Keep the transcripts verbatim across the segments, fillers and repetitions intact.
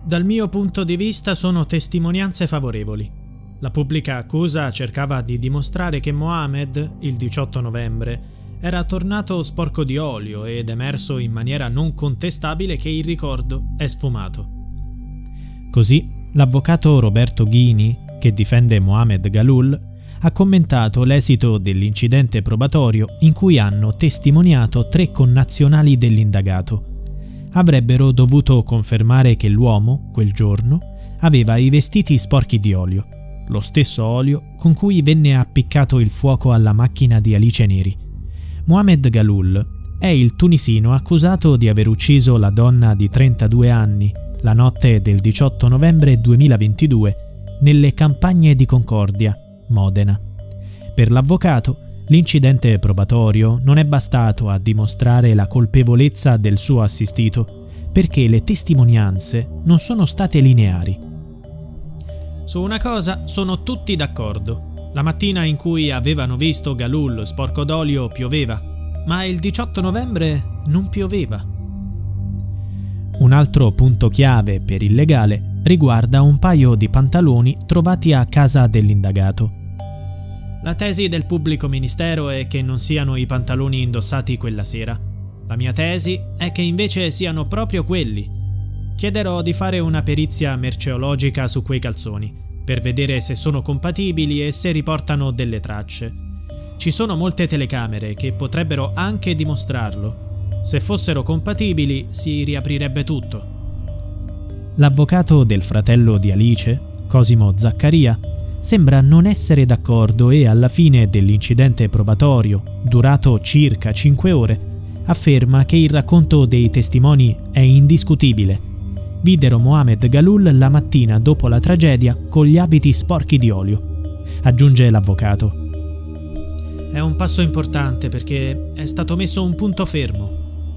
Dal mio punto di vista sono testimonianze favorevoli. La pubblica accusa cercava di dimostrare che Mohamed, il diciotto novembre, era tornato sporco di olio ed emerso in maniera non contestabile che il ricordo è sfumato. Così, l'avvocato Roberto Ghini, che difende Mohamed Galul, ha commentato l'esito dell'incidente probatorio in cui hanno testimoniato tre connazionali dell'indagato. Avrebbero dovuto confermare che l'uomo, quel giorno, aveva i vestiti sporchi di olio, lo stesso olio con cui venne appiccato il fuoco alla macchina di Alice Neri. Mohamed Galul è il tunisino accusato di aver ucciso la donna di trentadue anni la notte del diciotto novembre duemilaventidue nelle campagne di Concordia, Modena. Per l'avvocato, l'incidente probatorio non è bastato a dimostrare la colpevolezza del suo assistito, perché le testimonianze non sono state lineari. Su una cosa sono tutti d'accordo. La mattina in cui avevano visto Galul sporco d'olio pioveva, ma il diciotto novembre non pioveva. Un altro punto chiave per il legale riguarda un paio di pantaloni trovati a casa dell'indagato. La tesi del pubblico ministero è che non siano i pantaloni indossati quella sera. La mia tesi è che invece siano proprio quelli. Chiederò di fare una perizia merceologica su quei calzoni, per vedere se sono compatibili e se riportano delle tracce. Ci sono molte telecamere che potrebbero anche dimostrarlo. Se fossero compatibili, si riaprirebbe tutto. L'avvocato del fratello di Alice, Cosimo Zaccaria, sembra non essere d'accordo e alla fine dell'incidente probatorio, durato circa cinque ore, afferma che il racconto dei testimoni è indiscutibile. Videro Mohamed Galul la mattina dopo la tragedia con gli abiti sporchi di olio. Aggiunge l'avvocato. È un passo importante perché è stato messo un punto fermo.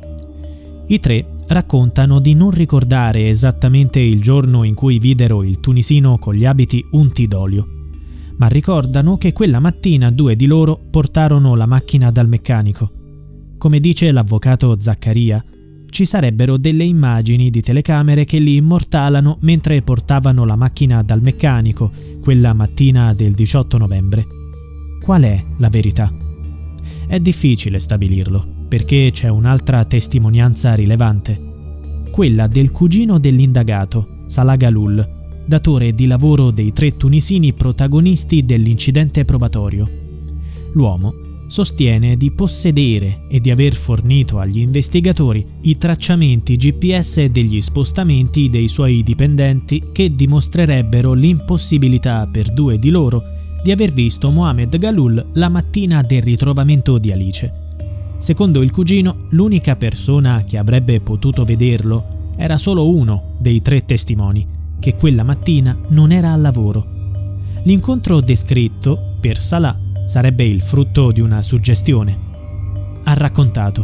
I tre raccontano di non ricordare esattamente il giorno in cui videro il tunisino con gli abiti unti d'olio, ma ricordano che quella mattina due di loro portarono la macchina dal meccanico. Come dice l'avvocato Zaccaria, ci sarebbero delle immagini di telecamere che li immortalano mentre portavano la macchina dal meccanico quella mattina del diciotto novembre. Qual è la verità? È difficile stabilirlo, perché c'è un'altra testimonianza rilevante, quella del cugino dell'indagato, Salah Galul, datore di lavoro dei tre tunisini protagonisti dell'incidente probatorio. L'uomo sostiene di possedere e di aver fornito agli investigatori i tracciamenti G P S degli spostamenti dei suoi dipendenti che dimostrerebbero l'impossibilità per due di loro di aver visto Mohamed Galul la mattina del ritrovamento di Alice. Secondo il cugino, l'unica persona che avrebbe potuto vederlo era solo uno dei tre testimoni, che quella mattina non era al lavoro. L'incontro descritto, per Salah, sarebbe il frutto di una suggestione. Ha raccontato.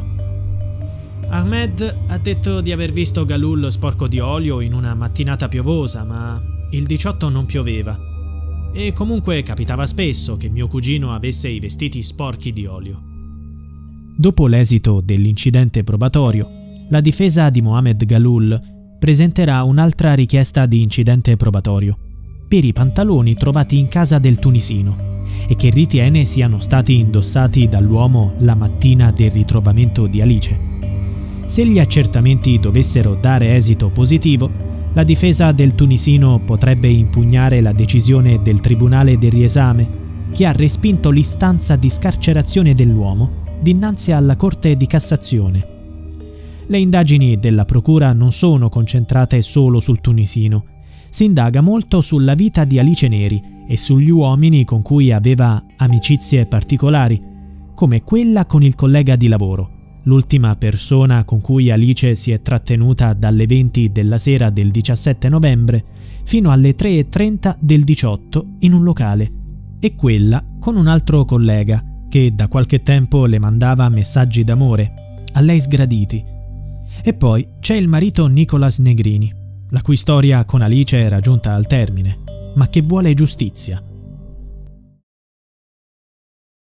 Ahmed ha detto di aver visto Galul sporco di olio in una mattinata piovosa, ma il diciotto non pioveva. E comunque capitava spesso che mio cugino avesse i vestiti sporchi di olio. Dopo l'esito dell'incidente probatorio, la difesa di Mohamed Galul presenterà un'altra richiesta di incidente probatorio per i pantaloni trovati in casa del tunisino e che ritiene siano stati indossati dall'uomo la mattina del ritrovamento di Alice. Se gli accertamenti dovessero dare esito positivo, la difesa del tunisino potrebbe impugnare la decisione del Tribunale del riesame, che ha respinto l'istanza di scarcerazione dell'uomo dinanzi alla Corte di Cassazione. Le indagini della procura non sono concentrate solo sul tunisino. Si indaga molto sulla vita di Alice Neri e sugli uomini con cui aveva amicizie particolari, come quella con il collega di lavoro, l'ultima persona con cui Alice si è trattenuta dalle venti della sera del diciassette novembre fino alle tre e trenta del diciotto in un locale, e quella con un altro collega che da qualche tempo le mandava messaggi d'amore, a lei sgraditi. E poi c'è il marito Nicolas Negrini, la cui storia con Alice era giunta al termine, ma che vuole giustizia.